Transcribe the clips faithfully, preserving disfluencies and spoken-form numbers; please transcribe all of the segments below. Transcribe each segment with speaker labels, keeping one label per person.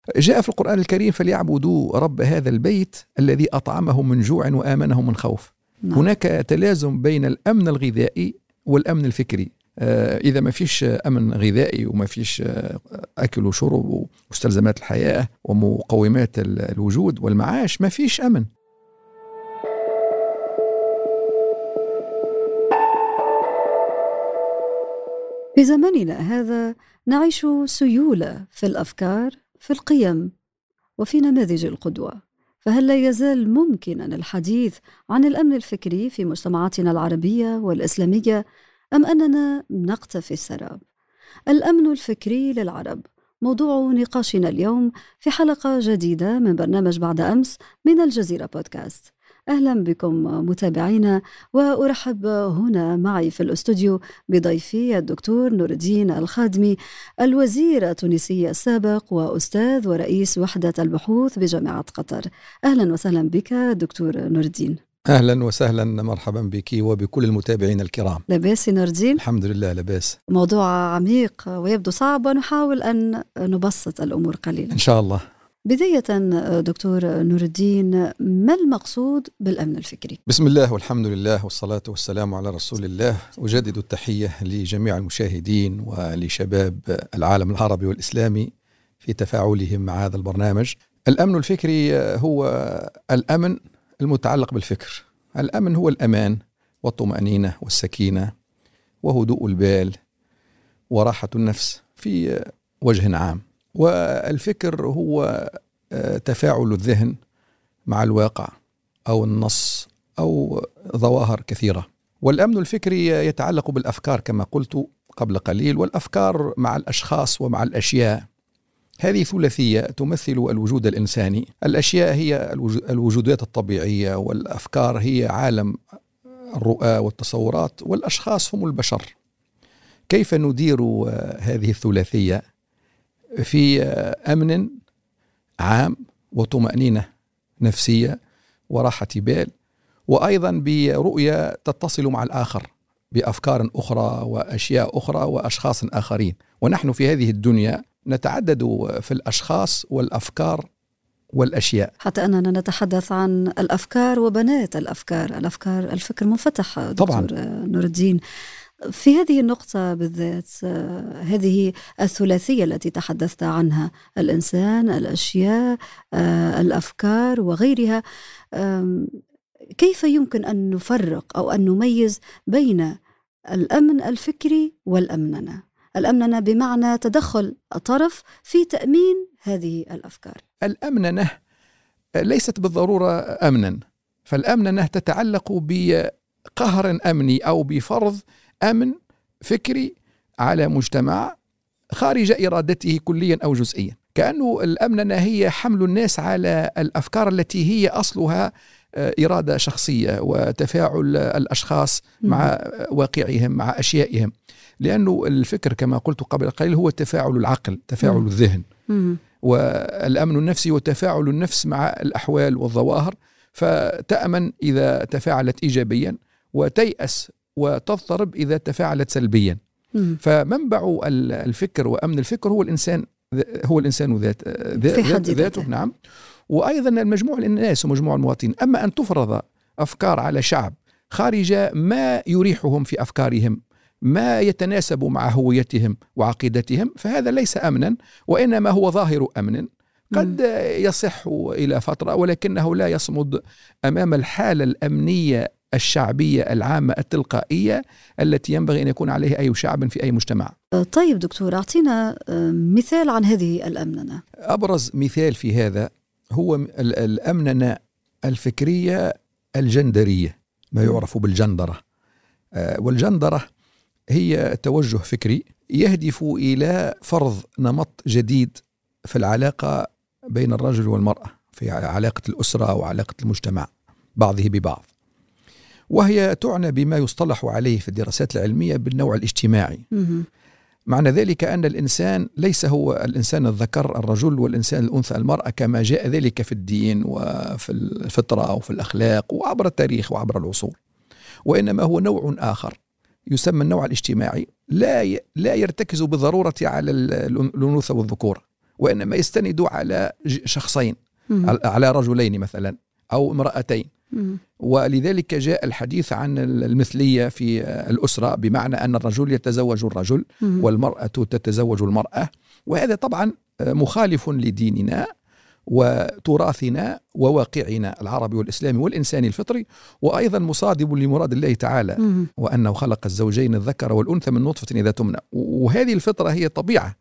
Speaker 1: جاء في القرآن الكريم فليعبدوا رب هذا البيت الذي أطعمهم من جوع وآمنهم من خوف. نعم. هناك تلازم بين الأمن الغذائي والأمن الفكري. آه إذا ما فيش أمن غذائي وما فيش آه أكل وشرب ومستلزمات الحياة ومقومات الوجود والمعاش، ما فيش أمن.
Speaker 2: في زماننا هذا نعيش سيولة في الأفكار، في القيم، وفي نماذج القدوة. فهل لا يزال ممكنا الحديث عن الأمن الفكري في مجتمعاتنا العربية والإسلامية، أم أننا نقتفي السراب؟ الأمن الفكري للعرب موضوع نقاشنا اليوم في حلقة جديدة من برنامج بعد أمس من الجزيرة بودكاست. أهلا بكم متابعينا، وأرحب هنا معي في الأستوديو بضيفي الدكتور نور الدين الخادمي، الوزير التونسي السابق وأستاذ ورئيس وحدة البحوث بجامعة قطر. أهلا وسهلا بك دكتور نور الدين.
Speaker 1: أهلا وسهلا، مرحبا بك وبكل المتابعين الكرام.
Speaker 2: لاباس نور الدين؟
Speaker 1: الحمد لله لاباس.
Speaker 2: موضوع عميق ويبدو صعب، ونحاول أن نبسط الأمور قليلا
Speaker 1: إن شاء الله.
Speaker 2: بداية دكتور نور الدين، ما المقصود بالأمن الفكري؟
Speaker 1: بسم الله والحمد لله والصلاة والسلام على رسول الله. أجدد التحية لجميع المشاهدين ولشباب العالم العربي والإسلامي في تفاعلهم مع هذا البرنامج. الأمن الفكري هو الأمن المتعلق بالفكر. الأمن هو الأمان والطمأنينة والسكينة وهدوء البال وراحة النفس في وجه عام. والفكر هو تفاعل الذهن مع الواقع أو النص أو ظواهر كثيرة. والأمن الفكري يتعلق بالأفكار كما قلت قبل قليل، والأفكار مع الأشخاص ومع الأشياء. هذه ثلاثية تمثل الوجود الإنساني. الأشياء هي الوجودات الطبيعية، والأفكار هي عالم الرؤى والتصورات، والأشخاص هم البشر. كيف ندير هذه الثلاثية في أمن عام وطمأنينة نفسية وراحة بال، وأيضا برؤية تتصل مع الآخر بأفكار أخرى وأشياء أخرى وأشخاص آخرين. ونحن في هذه الدنيا نتعدد في الأشخاص والأفكار والأشياء،
Speaker 2: حتى أننا نتحدث عن الأفكار وبنات الأفكار. الأفكار الفكر منفتح دكتور طبعا. نور الدين، في هذه النقطة بالذات، هذه الثلاثية التي تحدثت عنها، الإنسان، الأشياء، الأفكار وغيرها، كيف يمكن أن نفرق أو أن نميز بين الأمن الفكري والأمننة؟ الأمننة بمعنى تدخل الطرف في تأمين هذه الأفكار.
Speaker 1: الأمننة ليست بالضرورة أمنا، فالأمننة تتعلق بقهر أمني أو بفرض أمن فكري على مجتمع خارج إرادته كليا أو جزئيا. كأنه الأمننة هي حمل الناس على الأفكار التي هي أصلها إرادة شخصية وتفاعل الأشخاص مع واقعهم مع أشيائهم. لأنه الفكر كما قلت قبل قليل هو تفاعل العقل، تفاعل م. الذهن. م. والأمن النفسي وتفاعل النفس مع الأحوال والظواهر، فتأمن إذا تفاعلت إيجابيا وتيأس وتضطرب إذا تفاعلت سلبيا. م. فمنبع الفكر وأمن الفكر هو الإنسان، هو الإنسان ذات ذات ذاته. نعم. وأيضا المجموع الناس ومجموع المواطنين. أما أن تفرض أفكار على شعب خارج ما يريحهم في أفكارهم، ما يتناسب مع هويتهم وعقيدتهم، فهذا ليس أمنا، وإنما هو ظاهر أمن قد يصح إلى فترة، ولكنه لا يصمد أمام الحالة الأمنية الشعبية العامة التلقائية التي ينبغي أن يكون عليها أي شعب في أي مجتمع.
Speaker 2: طيب دكتور، أعطينا مثال عن هذه الأمننة.
Speaker 1: أبرز مثال في هذا هو الأمننة الفكرية الجندرية، ما يعرف بالجندرة. والجندرة هي توجه فكري يهدف إلى فرض نمط جديد في العلاقة بين الرجل والمرأة، في علاقة الأسرة وعلاقة المجتمع بعضه ببعض، وهي تعنى بما يصطلح عليه في الدراسات العلمية بالنوع الاجتماعي. معنى ذلك أن الإنسان ليس هو الإنسان الذكر الرجل والإنسان الأنثى المرأة كما جاء ذلك في الدين وفي الفطرة وفي الأخلاق وعبر التاريخ وعبر العصور، وإنما هو نوع آخر يسمى النوع الاجتماعي، لا لا يرتكز بالضرورة على الأنوثة والذكورة، وإنما يستندوا على شخصين، على رجلين مثلا أو امرأتين. ولذلك جاء الحديث عن المثلية في الأسرة، بمعنى أن الرجل يتزوج الرجل والمرأة تتزوج المرأة، وهذا طبعا مخالف لديننا وتراثنا وواقعنا العربي والإسلامي والإنساني الفطري، وأيضا مصادم لمراد الله تعالى، وأنه خلق الزوجين الذكر والأنثى من نطفة إذا تمنى، وهذه الفطرة هي طبيعة.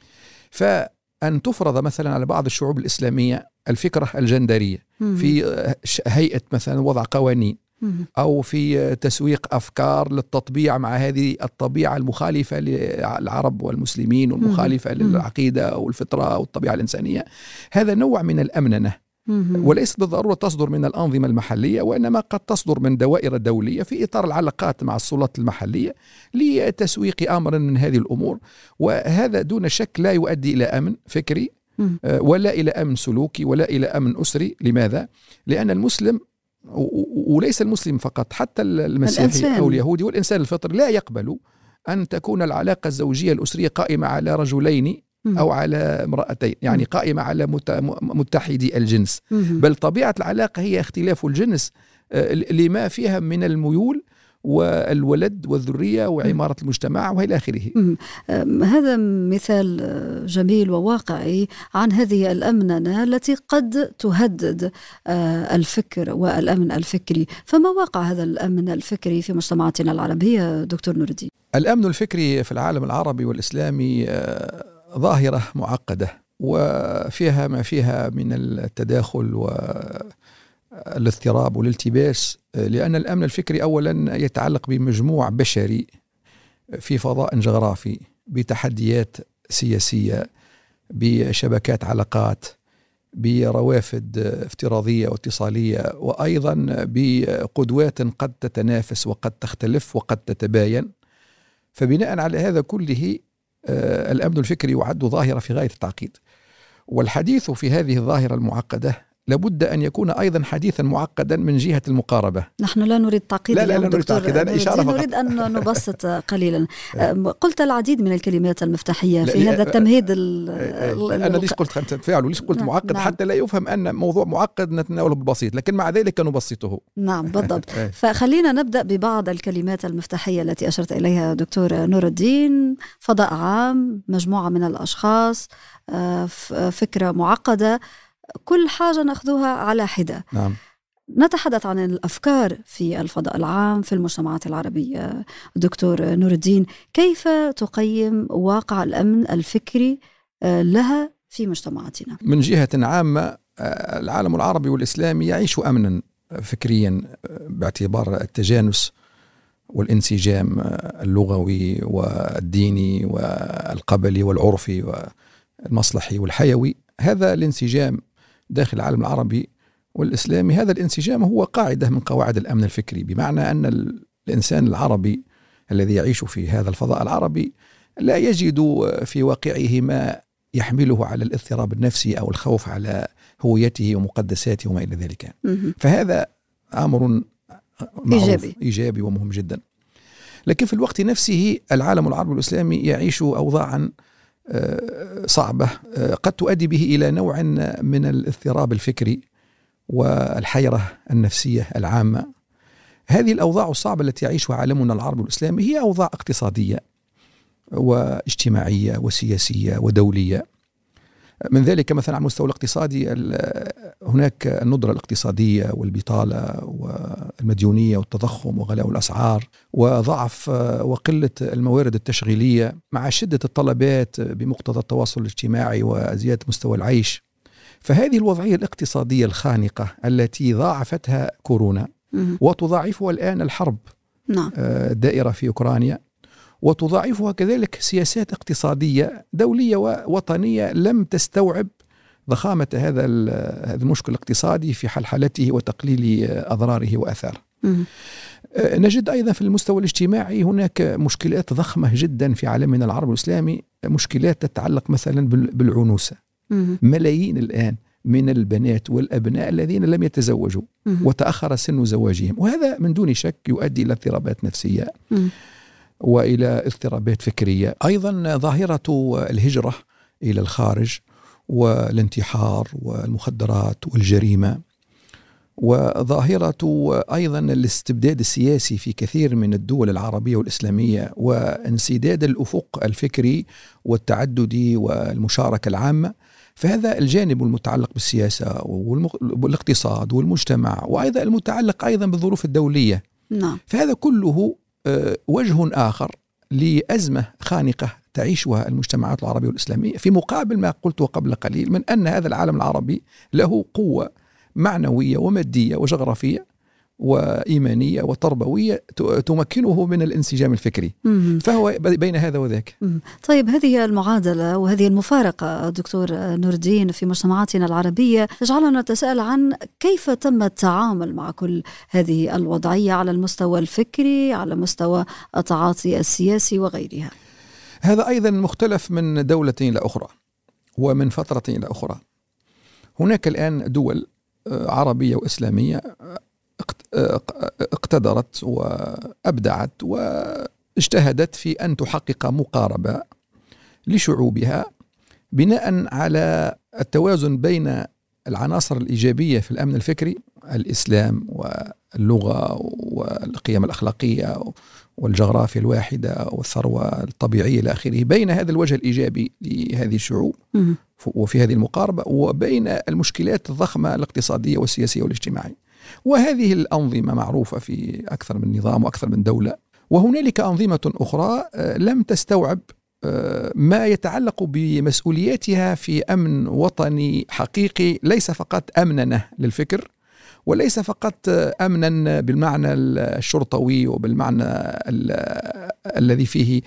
Speaker 1: فأن تفرض مثلا على بعض الشعوب الإسلامية الفكرة الجندرية في هيئة مثلا وضع قوانين أو في تسويق أفكار للتطبيع مع هذه الطبيعة المخالفة للعرب والمسلمين والمخالفة للعقيدة والفطرة والطبيعة الإنسانية، هذا نوع من الأمننة، وليس بالضرورة تصدر من الأنظمة المحلية، وإنما قد تصدر من دوائر دولية في إطار العلاقات مع السلطات المحلية لتسويق أمر من هذه الأمور. وهذا دون شك لا يؤدي إلى أمن فكري ولا إلى أمن سلوكي ولا إلى أمن أسري. لماذا؟ لأن المسلم، وليس المسلم فقط، حتى المسيحي أو اليهودي والإنسان الفطري لا يقبل أن تكون العلاقة الزوجية الأسرية قائمة على رجلين أو على امرأتين، يعني قائمة على متحدي الجنس، بل طبيعة العلاقة هي اختلاف الجنس لما فيها من الميول والولد والذرية وعمارة المجتمع وإلى آخره.
Speaker 2: هذا مثال جميل وواقعي عن هذه الأمننة التي قد تهدد الفكر والأمن الفكري. فما واقع هذا الأمن الفكري في مجتمعاتنا العربية دكتور نور الدين؟
Speaker 1: الأمن الفكري في العالم العربي والإسلامي ظاهرة معقدة، وفيها ما فيها من التداخل و الاضطراب والالتباس، لأن الأمن الفكري أولا يتعلق بمجموع بشري في فضاء جغرافي، بتحديات سياسية، بشبكات علاقات، بروافد افتراضية واتصالية، وأيضا بقدوات قد تتنافس وقد تختلف وقد تتباين. فبناء على هذا كله الأمن الفكري يعد ظاهرة في غاية التعقيد، والحديث في هذه الظاهرة المعقدة لابد أن يكون أيضا حديثا معقدا من جهة المقاربة.
Speaker 2: نحن لا نريد تعقيد،
Speaker 1: لا لا, لا نريد تعقيد، أنا إشارة فقط.
Speaker 2: نريد أن نبسط قليلا. قلت العديد من الكلمات المفتاحية في هذا التمهيد.
Speaker 1: أنا ليش قلت خمسة فعل وليش قلت معقد؟ نعم. حتى لا يفهم أن موضوع معقد نتناوله بالبسيط، لكن مع ذلك نبسطه.
Speaker 2: نعم بالضبط. فخلينا نبدأ ببعض الكلمات المفتاحية التي أشرت إليها دكتور نور الدين. فضاء عام، مجموعة من الأشخاص، فكرة معقدة، كل حاجة نأخذها على حدة.
Speaker 1: نعم.
Speaker 2: نتحدث عن الأفكار في الفضاء العام في المجتمعات العربية. دكتور نور الدين، كيف تقيم واقع الأمن الفكري لها في مجتمعاتنا؟
Speaker 1: من جهة عامة العالم العربي والإسلامي يعيش أمنا فكريا باعتبار التجانس والانسجام اللغوي والديني والقبلي والعرفي والمصلحي والحيوي. هذا الانسجام داخل العالم العربي والإسلامي، هذا الانسجام هو قاعدة من قواعد الأمن الفكري، بمعنى أن الإنسان العربي الذي يعيش في هذا الفضاء العربي لا يجد في واقعه ما يحمله على الاضطراب النفسي أو الخوف على هويته ومقدساته وما إلى ذلك. فهذا أمر
Speaker 2: إيجابي.
Speaker 1: إيجابي ومهم جدا. لكن في الوقت نفسه العالم العربي والإسلامي يعيش أوضاعا صعبة قد تؤدي به إلى نوع من الاضطراب الفكري والحيرة النفسية العامة. هذه الأوضاع الصعبة التي يعيشها عالمنا العربي والإسلامي هي أوضاع اقتصادية واجتماعية وسياسية ودولية. من ذلك مثلا على المستوى الاقتصادي هناك الندرة الاقتصادية والبطالة والمديونية والتضخم وغلاء الأسعار وضعف وقلة الموارد التشغيلية مع شدة الطلبات بمقتضى التواصل الاجتماعي وزيادة مستوى العيش. فهذه الوضعية الاقتصادية الخانقة التي ضاعفتها كورونا وتضاعفها الآن الحرب الدائرة في أوكرانيا، وتضاعفها كذلك سياسات اقتصادية دولية ووطنية لم تستوعب ضخامة هذا المشكل الاقتصادي في حلحلته وتقليل أضراره وأثاره. نجد أيضا في المستوى الاجتماعي هناك مشكلات ضخمة جدا في عالمنا العربي والإسلامي، مشكلات تتعلق مثلا بالعنوسة. ملايين الآن من البنات والأبناء الذين لم يتزوجوا وتأخر سن زواجهم، وهذا من دون شك يؤدي إلى اضطرابات نفسية وإلى اضطرابات فكرية. أيضا ظاهرة الهجرة إلى الخارج والانتحار والمخدرات والجريمة، وظاهرة أيضا الاستبداد السياسي في كثير من الدول العربية والإسلامية، وانسداد الأفق الفكري والتعددي والمشاركة العامة. فهذا الجانب المتعلق بالسياسة والاقتصاد والمجتمع، وأيضا المتعلق أيضا بالظروف الدولية.
Speaker 2: نعم.
Speaker 1: فهذا كله وجه آخر لأزمة خانقة تعيشها المجتمعات العربية والإسلامية، في مقابل ما قلته قبل قليل من أن هذا العالم العربي له قوة معنوية ومادية وجغرافية وإيمانية وتربوية تمكنه من الانسجام الفكري.
Speaker 2: مم.
Speaker 1: فهو بين هذا وذاك.
Speaker 2: مم. طيب، هذه المعادلة وهذه المفارقة دكتور نور الدين في مجتمعاتنا العربية تجعلنا نتساءل عن كيف تم التعامل مع كل هذه الوضعية على المستوى الفكري، على مستوى التعاطي السياسي وغيرها.
Speaker 1: هذا أيضا مختلف من دولة إلى أخرى ومن فترة إلى أخرى. هناك الآن دول عربية وإسلامية اقتدرت وأبدعت واجتهدت في أن تحقق مقاربة لشعوبها بناء على التوازن بين العناصر الإيجابية في الأمن الفكري، الإسلام واللغة والقيم الأخلاقية والجغرافيا الواحدة والثروة الطبيعية إلى آخره، بين هذا الوجه الإيجابي لهذه الشعوب وفي هذه المقاربة، وبين المشكلات الضخمة الاقتصادية والسياسية والاجتماعية. وهذه الأنظمة معروفة في أكثر من نظام وأكثر من دولة. وهنالك أنظمة أخرى لم تستوعب ما يتعلق بمسؤولياتها في أمن وطني حقيقي، ليس فقط أمننا للفكر، وليس فقط أمنا بالمعنى الشرطوي وبالمعنى الذي فيه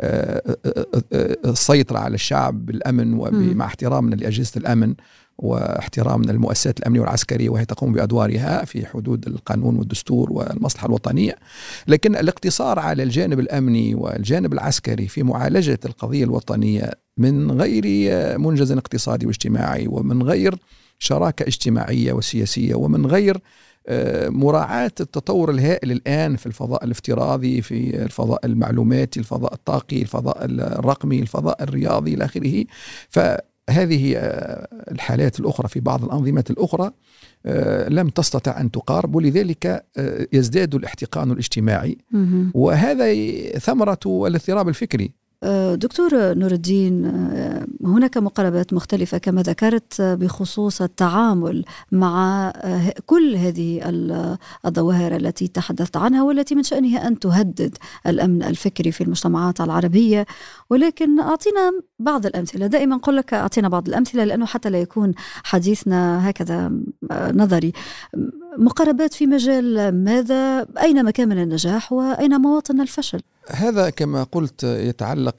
Speaker 1: السيطرة على الشعب بالأمن ومع احترامنا لأجهزة الأمن واحترامنا للمؤسسات الأمنية والعسكرية وهي تقوم بأدوارها في حدود القانون والدستور والمصلحة الوطنية، لكن الاقتصار على الجانب الأمني والجانب العسكري في معالجة القضية الوطنية من غير منجز اقتصادي واجتماعي، ومن غير شراكة اجتماعية وسياسية، ومن غير مراعاة التطور الهائل الآن في الفضاء الافتراضي، في الفضاء المعلوماتي، الفضاء الطاقي، الفضاء الرقمي، الفضاء الرياضي إلى آخره. فهذه الحالات الأخرى في بعض الأنظمة الأخرى لم تستطع أن تقارب، ولذلك يزداد الاحتقان الاجتماعي، وهذا ثمرة الاضطراب الفكري.
Speaker 2: دكتور نور الدين، هناك مقاربات مختلفة كما ذكرت بخصوص التعامل مع كل هذه الظواهر التي تحدثت عنها والتي من شأنها أن تهدد الأمن الفكري في المجتمعات العربية، ولكن أعطينا بعض الأمثلة. دائما أقول لك أعطينا بعض الأمثلة لأنه حتى لا يكون حديثنا هكذا نظري. مقاربات في مجال ماذا؟ أين مكامن من النجاح وأين مواطن الفشل؟
Speaker 1: هذا كما قلت يتعلق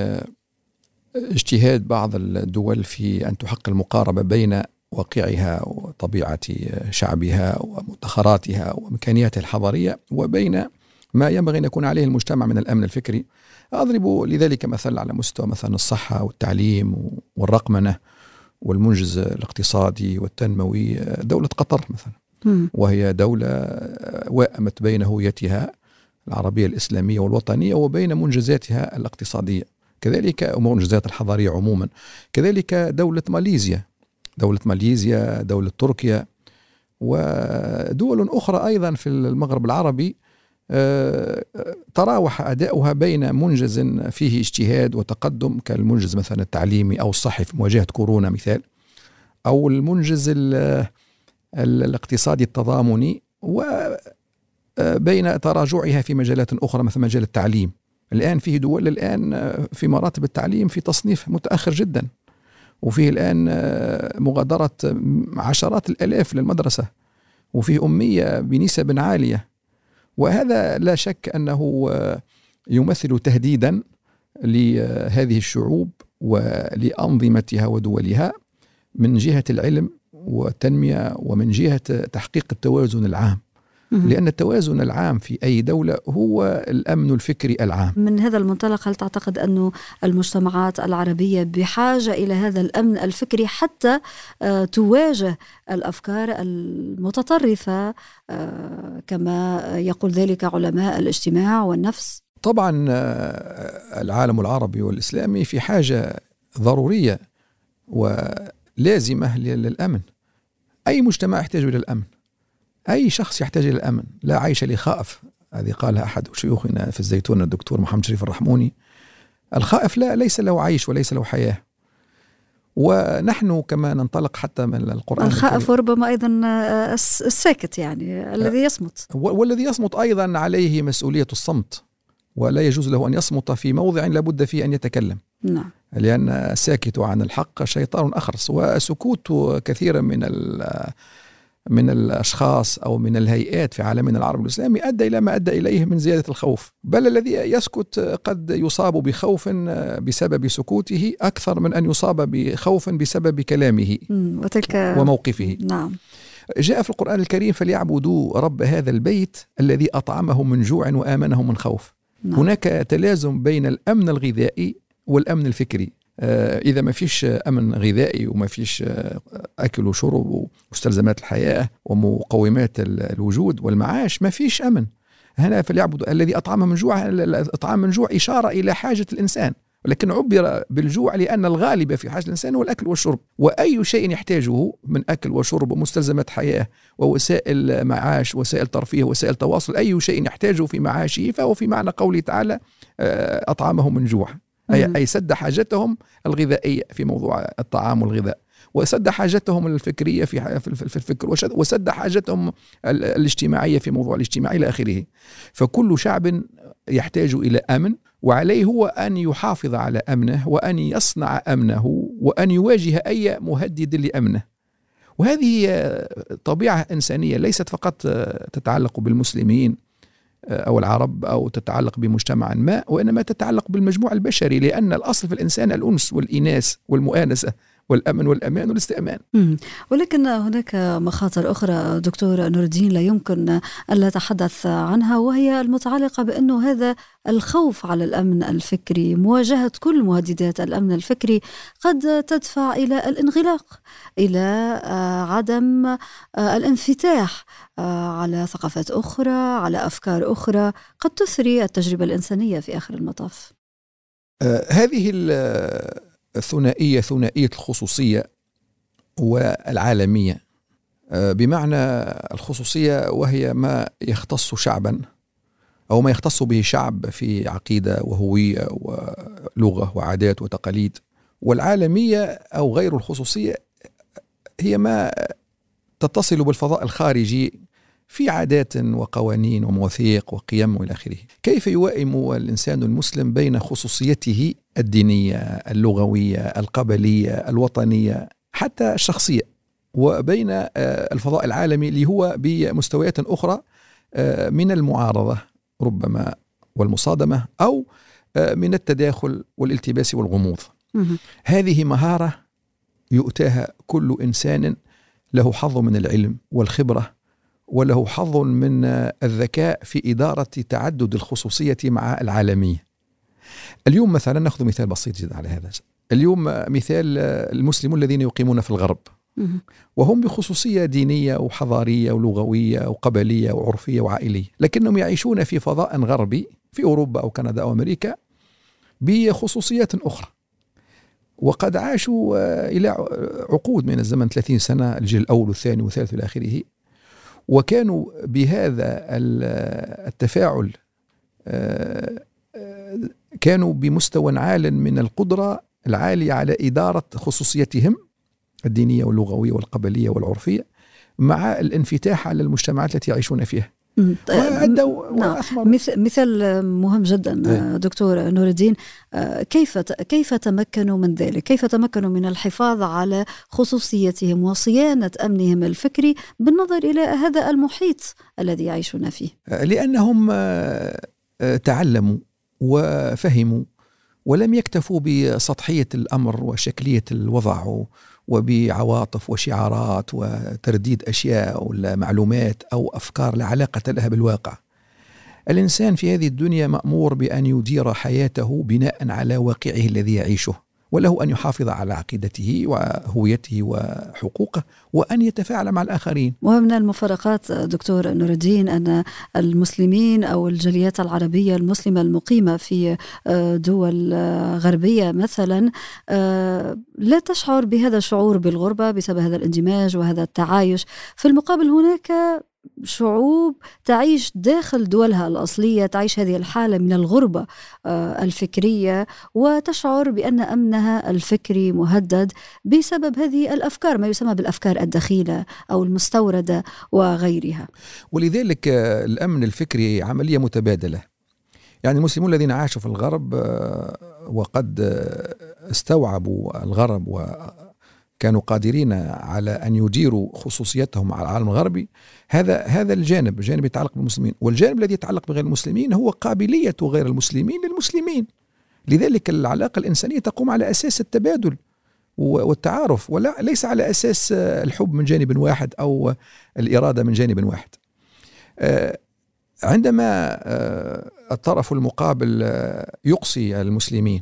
Speaker 1: باجتهاد بعض الدول في أن تحقق المقاربة بين واقعها وطبيعة شعبها ومدخراتها وإمكانياتها الحضارية، وبين ما ينبغي أن يكون عليه المجتمع من الأمن الفكري. أضرب لذلك مثل على مستوى مثلا الصحة والتعليم والرقمنة والمنجز الاقتصادي والتنموي. دولة قطر مثلا، وهي دولة وائمت بين هويتها العربية الإسلامية والوطنية وبين منجزاتها الاقتصادية، كذلك منجزات الحضارية عموما. كذلك دولة ماليزيا، دولة ماليزيا، دولة تركيا، ودول أخرى أيضا في المغرب العربي تراوح أداؤها بين منجز فيه اجتهاد وتقدم كالمنجز مثلا التعليمي أو الصحي في مواجهة كورونا مثال، أو المنجز الاقتصادي التضامني، وبين تراجعها في مجالات أخرى مثل مجال التعليم. الآن فيه دول الآن في مراتب التعليم في تصنيف متأخر جدا، وفيه الآن مغادرة عشرات الآلاف للمدرسة، وفيه أمية بنسب عالية. وهذا لا شك أنه يمثل تهديدا لهذه الشعوب ولأنظمتها ودولها من جهة العلم والتنمية ومن جهة تحقيق التوازن العام، لأن التوازن العام في أي دولة هو الأمن الفكري العام.
Speaker 2: من هذا المنطلق، هل تعتقد أن المجتمعات العربية بحاجة إلى هذا الأمن الفكري حتى تواجه الأفكار المتطرفة كما يقول ذلك علماء الاجتماع والنفس؟
Speaker 1: طبعا العالم العربي والإسلامي في حاجة ضرورية ولازمة للأمن. أي مجتمع يحتاج إلى الأمن، أي شخص يحتاج إلى الأمن. لا عيش لخائف، هذه قالها أحد شيوخنا في الزيتون الدكتور محمد شريف الرحموني. الخائف لا ليس له عيش وليس له حياة. ونحن كما ننطلق حتى من القرآن
Speaker 2: الخائف وربما أيضا الساكت، يعني الذي يصمت،
Speaker 1: والذي يصمت أيضا عليه مسؤولية الصمت، ولا يجوز له أن يصمت في موضع لابد فيه أن يتكلم.
Speaker 2: نعم.
Speaker 1: لأن الساكت عن الحق شيطان أخرس. وسكوت كثيرا من من الأشخاص أو من الهيئات في عالمنا العربي الإسلامي أدى إلى ما أدى إليه من زيادة الخوف، بل الذي يسكت قد يصاب بخوف بسبب سكوته أكثر من أن يصاب بخوف بسبب كلامه
Speaker 2: وتلك
Speaker 1: وموقفه.
Speaker 2: نعم.
Speaker 1: جاء في القرآن الكريم: فليعبدوا رب هذا البيت الذي أطعمهم من جوع وآمنهم من خوف. نعم. هناك تلازم بين الأمن الغذائي والأمن الفكري. إذا ما فيش أمن غذائي وما فيش أكل وشرب ومستلزمات الحياة ومقومات الوجود والمعاش، ما فيش أمن. هنا فليعبدوا الذي أطعمه من جوع. الإطعام من جوع إشارة إلى حاجة الإنسان، ولكن عبر بالجوع لأن الغالب في حاجة الإنسان هو الأكل والشرب. وأي شيء يحتاجه من أكل وشرب ومستلزمات حياة ووسائل معاش وسائل ترفيه وسائل تواصل، أي شيء يحتاجه في معاشه فهو في معنى قوله تعالى: أطعمه من جوع، أي, أي سد حاجتهم الغذائية في موضوع الطعام والغذاء، وسد حاجتهم الفكرية في في الفكر، وسد حاجتهم الاجتماعية في موضوع الاجتماع إلى آخره. فكل شعب يحتاج إلى أمن، وعليه هو أن يحافظ على أمنه وأن يصنع أمنه وأن يواجه أي مهدد لأمنه. وهذه طبيعة إنسانية ليست فقط تتعلق بالمسلمين أو العرب أو تتعلق بمجتمع ما، وإنما تتعلق بالمجموع البشري، لأن الأصل في الإنسان الأنس والإناس والمؤانسة والأمن والأمان والاستئمان.
Speaker 2: ولكن هناك مخاطر أخرى دكتور نور الدين لا يمكن ألا نتحدث عنها، وهي المتعلقة بأنه هذا الخوف على الأمن الفكري، مواجهة كل مهددات الأمن الفكري قد تدفع إلى الانغلاق، إلى عدم الانفتاح على ثقافات أخرى، على أفكار أخرى قد تثري التجربة الإنسانية في آخر المطاف.
Speaker 1: آه هذه الثنائية، ثنائية الخصوصية والعالمية. آه بمعنى الخصوصية وهي ما يختص شعبا أو ما يختص به شعب في عقيدة وهوية ولغة وعادات وتقاليد، والعالمية أو غير الخصوصية هي ما تتصل بالفضاء الخارجي في عادات وقوانين ومواثيق وقيم وإلى آخره. كيف يوائم الإنسان المسلم بين خصوصيته الدينية، اللغوية، القبلية، الوطنية، حتى الشخصية، وبين الفضاء العالمي اللي هو بمستويات أخرى من المعارضة ربما والمصادمة أو من التداخل والالتباس والغموض. هذه مهارة يؤتاها كل إنسان له حظ من العلم والخبرة، وله حظ من الذكاء في إدارة تعدد الخصوصية مع العالمية. اليوم مثلا نأخذ مثال بسيط جدا على هذا. اليوم مثال المسلمون الذين يقيمون في الغرب، وهم بخصوصية دينية وحضارية ولغوية وقبلية وعرفية وعائلية، لكنهم يعيشون في فضاء غربي في أوروبا أو كندا أو أمريكا بخصوصيات أخرى، وقد عاشوا إلى عقود من الزمن، ثلاثين سنة، الجيل الأول والثاني والثالث إلى آخره، وكانوا بهذا التفاعل كانوا بمستوى عال من القدرة العالية على إدارة خصوصيتهم الدينية واللغوية والقبلية والعرفية مع الانفتاح على المجتمعات التي يعيشون فيها.
Speaker 2: مثال مهم جدا دكتور نور الدين. كيف كيف تمكنوا من ذلك؟ كيف تمكنوا من الحفاظ على خصوصيتهم وصيانة أمنهم الفكري بالنظر إلى هذا المحيط الذي يعيشون فيه؟
Speaker 1: لأنهم تعلموا وفهموا ولم يكتفوا بسطحية الأمر وشكلية الوضع وبعواطف وشعارات وترديد أشياء أو معلومات أو أفكار لا علاقة لها بالواقع. الإنسان في هذه الدنيا مأمور بأن يدير حياته بناء على واقعه الذي يعيشه وله أن يحافظ على عقيدته وهويته وحقوقه وأن يتفاعل مع الآخرين.
Speaker 2: ومن المفارقات دكتور نور الدين أن المسلمين أو الجاليات العربية المسلمة المقيمة في دول غربية مثلا لا تشعر بهذا الشعور بالغربة بسبب هذا الاندماج وهذا التعايش. في المقابل هناك شعوب تعيش داخل دولها الأصلية، تعيش هذه الحالة من الغربة الفكرية وتشعر بأن أمنها الفكري مهدد بسبب هذه الأفكار، ما يسمى بالأفكار الدخيلة أو المستوردة وغيرها.
Speaker 1: ولذلك الأمن الفكري عملية متبادلة. يعني المسلمون الذين عاشوا في الغرب وقد استوعبوا الغرب و كانوا قادرين على أن يديروا خصوصيتهم على العالم الغربي، هذا هذا الجانب الجانب يتعلق بالمسلمين. والجانب الذي يتعلق بغير المسلمين هو قابلية غير المسلمين للمسلمين. لذلك العلاقة الإنسانية تقوم على أساس التبادل والتعارف، ولا ليس على أساس الحب من جانب واحد أو الإرادة من جانب واحد. عندما الطرف المقابل يقصي المسلمين،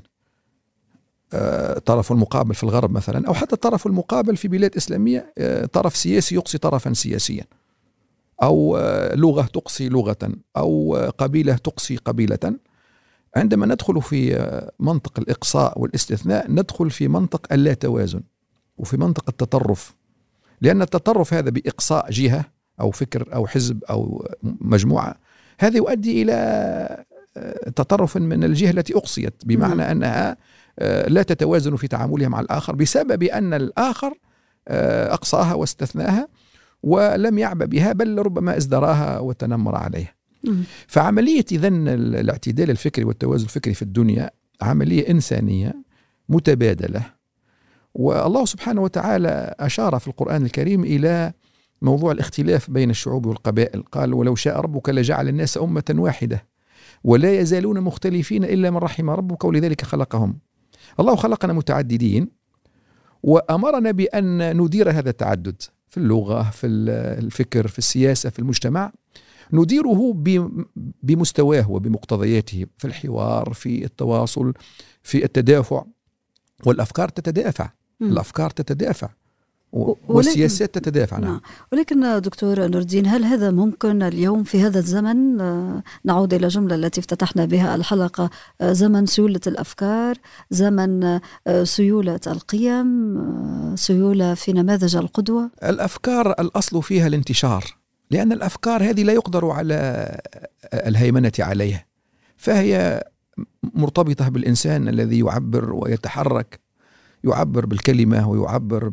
Speaker 1: الطرف المقابل في الغرب مثلا، أو حتى الطرف المقابل في بلاد إسلامية، طرف سياسي يقصي طرفا سياسيا، أو لغة تقصي لغة، أو قبيلة تقصي قبيلة، عندما ندخل في منطق الإقصاء والاستثناء ندخل في منطق اللا توازن وفي منطق التطرف. لأن التطرف هذا بإقصاء جهة أو فكر أو حزب أو مجموعة، هذا يؤدي إلى تطرف من الجهة التي أقصيت، بمعنى م. أنها لا تتوازن في تعاملها مع الآخر بسبب أن الآخر أقصاها واستثناها ولم يعبأ بها، بل ربما ازدراها وتنمر عليها. م. فعملية إذن الاعتدال الفكري والتوازن الفكري في الدنيا عملية إنسانية متبادلة. والله سبحانه وتعالى أشار في القرآن الكريم إلى موضوع الاختلاف بين الشعوب والقبائل، قال: ولو شاء ربك لجعل الناس أمة واحدة ولا يزالون مختلفين إلا من رحم ربك ولذلك خلقهم. الله خلقنا متعددين وأمرنا بأن ندير هذا التعدد في اللغة، في الفكر، في السياسة، في المجتمع، نديره بمستواه وبمقتضياته، في الحوار، في التواصل، في التدافع. والأفكار تتدافع م. الأفكار تتدافع والسياسات تتدافع. نعم.
Speaker 2: ولكن دكتور نور الدين، هل هذا ممكن اليوم في هذا الزمن؟ نعود إلى الجملة التي افتتحنا بها الحلقة: زمن سيولة الأفكار، زمن سيولة القيم، سيولة في نماذج القدوة.
Speaker 1: الأفكار الأصل فيها الانتشار، لأن الأفكار هذه لا يقدر على الهيمنة عليها، فهي مرتبطة بالإنسان الذي يعبر ويتحرك، يعبر بالكلمة ويعبر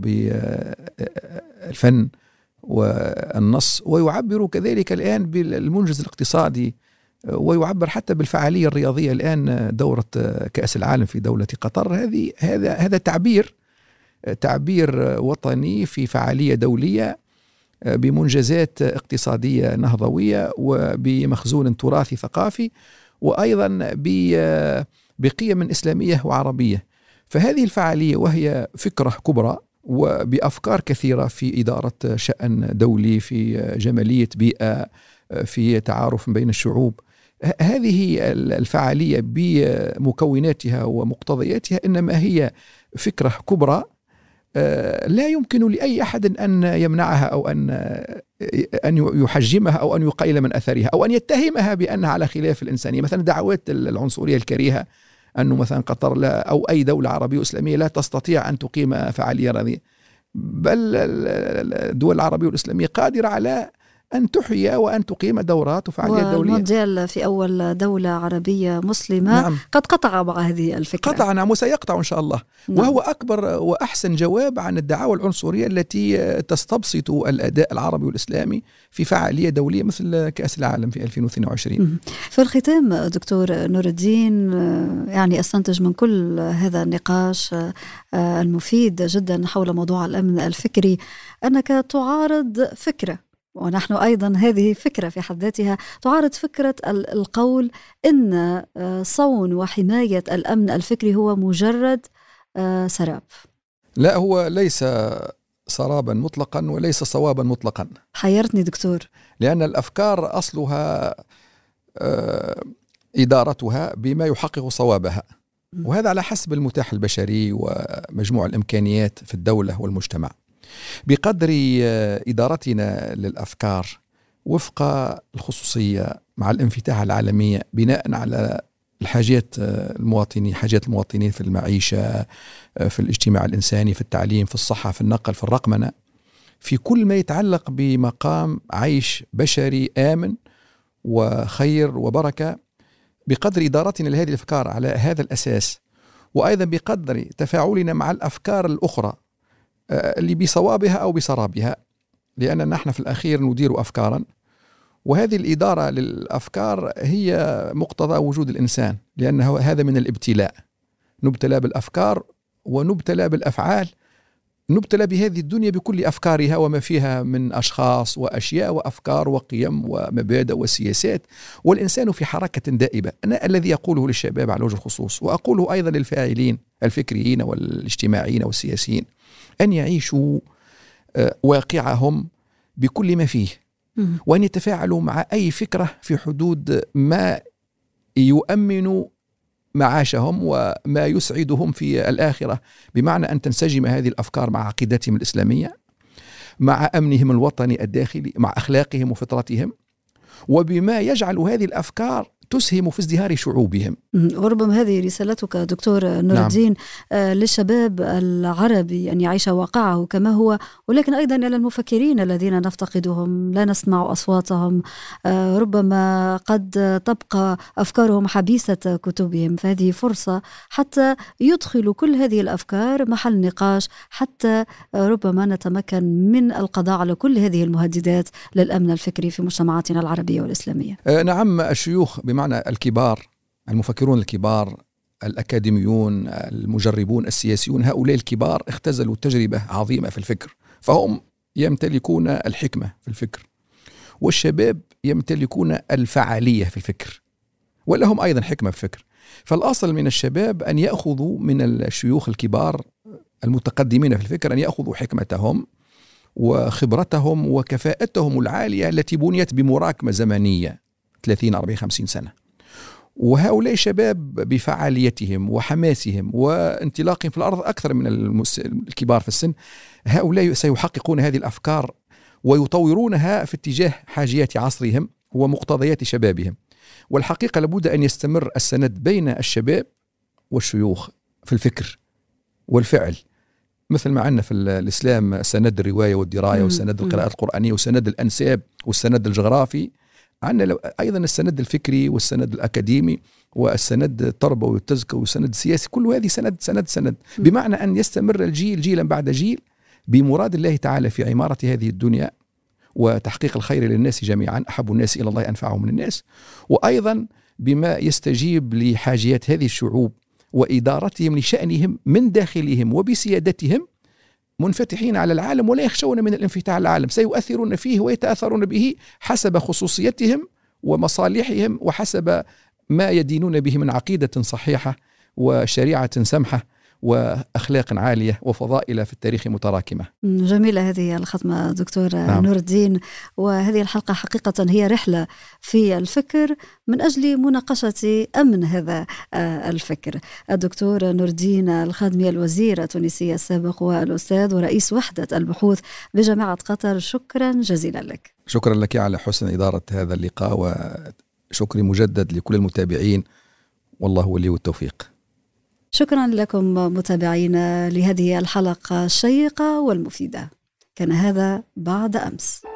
Speaker 1: بالفن والنص، ويعبر كذلك الآن بالمنجز الاقتصادي، ويعبر حتى بالفعالية الرياضية. الآن دورة كأس العالم في دولة قطر، هذه هذا هذا تعبير تعبير وطني في فعالية دولية بمنجزات اقتصادية نهضوية وبمخزون تراثي ثقافي، وأيضا بقيم إسلامية وعربية. فهذه الفعالية وهي فكرة كبرى وبأفكار كثيرة في إدارة شأن دولي، في جمالية بيئة، في تعارف بين الشعوب، هذه الفعالية بمكوناتها ومقتضياتها إنما هي فكرة كبرى لا يمكن لأي أحد أن يمنعها أو أن أن يحجمها أو أن يقيل من أثرها أو أن يتهمها بأنها على خلاف الإنسانية. مثلا دعوات العنصرية الكريهة، أنه مثلا قطر لا أو أي دولة عربية إسلامية لا تستطيع أن تقيم فعالية رياضية، بل الدول العربية والإسلامية قادرة على أن تحيي وأن تقيم دورات وفعاليات دولية.
Speaker 2: والمونديال في أول دولة عربية مسلمة نعم. قد قطع مع هذه الفكرة.
Speaker 1: قطع نعم، وسيقطع إن شاء الله. نعم. وهو أكبر وأحسن جواب عن الدعاوى العنصرية التي تستبسط الأداء العربي والإسلامي في فعالية دولية مثل كأس العالم في ألفين واثنين وعشرين.
Speaker 2: في الختام دكتور نور الدين، يعني أستنتج من كل هذا النقاش المفيد جدا حول موضوع الأمن الفكري أنك تعارض فكرة، ونحن أيضا هذه فكرة في حد ذاتها، تعارض فكرة القول إن صون وحماية الأمن الفكري هو مجرد سراب.
Speaker 1: لا، هو ليس سرابا مطلقا وليس صوابا مطلقا.
Speaker 2: حيرتني دكتور.
Speaker 1: لأن الأفكار أصلها إدارتها بما يحقق صوابها، وهذا على حسب المتاح البشري ومجموع الإمكانيات في الدولة والمجتمع. بقدر إدارتنا للأفكار وفق الخصوصية مع الانفتاح العالمية بناء على الحاجات المواطنين حاجات المواطنين في المعيشة، في الاجتماع الإنساني، في التعليم، في الصحة، في النقل، في الرقمنة، في كل ما يتعلق بمقام عيش بشري آمن وخير وبركة، بقدر إدارتنا لهذه الأفكار على هذا الأساس، وأيضا بقدر تفاعلنا مع الأفكار الأخرى اللي بصوابها أو بسرابها، لأننا نحن في الأخير ندير أفكارا، وهذه الإدارة للأفكار هي مقتضى وجود الإنسان، لأنه هذا من الابتلاء، نبتلى بالأفكار ونبتلى بالأفعال، نبتلى بهذه الدنيا بكل أفكارها وما فيها من أشخاص وأشياء وأفكار وقيم ومبادئ وسياسات، والإنسان في حركة دائبة. أنا الذي أقوله للشباب على وجه الخصوص، وأقوله أيضا للفاعلين الفكريين والاجتماعيين والسياسيين، أن يعيشوا واقعهم بكل ما فيه، وأن يتفاعلوا مع أي فكرة في حدود ما يؤمن معاشهم وما يسعدهم في الآخرة، بمعنى أن تنسجم هذه الأفكار مع عقيدتهم الإسلامية، مع أمنهم الوطني الداخلي، مع أخلاقهم وفطرتهم، وبما يجعل هذه الأفكار تسهم في ازدهار شعوبهم.
Speaker 2: وربما هذه رسالتك دكتور نور الدين نعم. للشباب العربي أن يعيش واقعه كما هو، ولكن أيضا إلى المفكرين الذين نفتقدهم، لا نسمع أصواتهم، ربما قد تبقى أفكارهم حبيسة كتبهم، فهذه فرصة حتى يدخلوا كل هذه الأفكار محل نقاش، حتى ربما نتمكن من القضاء على كل هذه المهددات للأمن الفكري في مجتمعاتنا العربية والإسلامية.
Speaker 1: نعم، الشيوخ بمعنى الكبار، المفكرون الكبار، الأكاديميون، المجربون، السياسيون، هؤلاء الكبار اختزلوا تجربة عظيمة في الفكر، فهم يمتلكون الحكمة في الفكر، والشباب يمتلكون الفعالية في الفكر، ولهم أيضا حكمة في الفكر. فالأصل من الشباب أن يأخذوا من الشيوخ الكبار المتقدمين في الفكر، أن يأخذوا حكمتهم وخبرتهم وكفاءتهم العالية التي بنيت بمراكمة زمنية ثلاثين أربعين خمسين سنة. وهؤلاء شباب بفعاليتهم وحماسهم وانطلاقهم في الأرض أكثر من الكبار في السن، هؤلاء سيحققون هذه الأفكار ويطورونها في اتجاه حاجيات عصرهم ومقتضيات شبابهم. والحقيقة لابد أن يستمر السند بين الشباب والشيوخ في الفكر والفعل، مثل ما عندنا في الإسلام سند الرواية والدراية والسند القراءة القرآنية والسند الأنساب والسند الجغرافي، عندنا أيضا السند الفكري والسند الأكاديمي والسند التربوي والتزكية والسند السياسي، كل هذه سند سند سند، بمعنى أن يستمر الجيل جيلا بعد جيل بمراد الله تعالى في عمارة هذه الدنيا وتحقيق الخير للناس جميعا، أحب الناس إلى الله أنفعهم من الناس، وأيضا بما يستجيب لحاجيات هذه الشعوب وإدارتهم لشأنهم من داخلهم وبسيادتهم، منفتحين على العالم ولا يخشون من الانفتاح على العالم، سيؤثرون فيه ويتأثرون به حسب خصوصيتهم ومصالحهم وحسب ما يدينون به من عقيدة صحيحة وشريعة سمحة وأخلاق عالية وفضائل في التاريخ متراكمة.
Speaker 2: جميلة هذه الختمة دكتور نعم. نور الدين، وهذه الحلقة حقيقة هي رحلة في الفكر من أجل مناقشة أمن هذا الفكر. الدكتور نور الدين الخادمي، الوزير التونسي السابق والأستاذ ورئيس وحدة البحوث بجامعة قطر، شكرا جزيلا لك.
Speaker 1: شكرا لك على حسن إدارة هذا اللقاء، وشكري مجدد لكل المتابعين، والله ولي التوفيق.
Speaker 2: شكرا لكم متابعينا لهذه الحلقة الشيقة والمفيدة. كان هذا بعد أمس.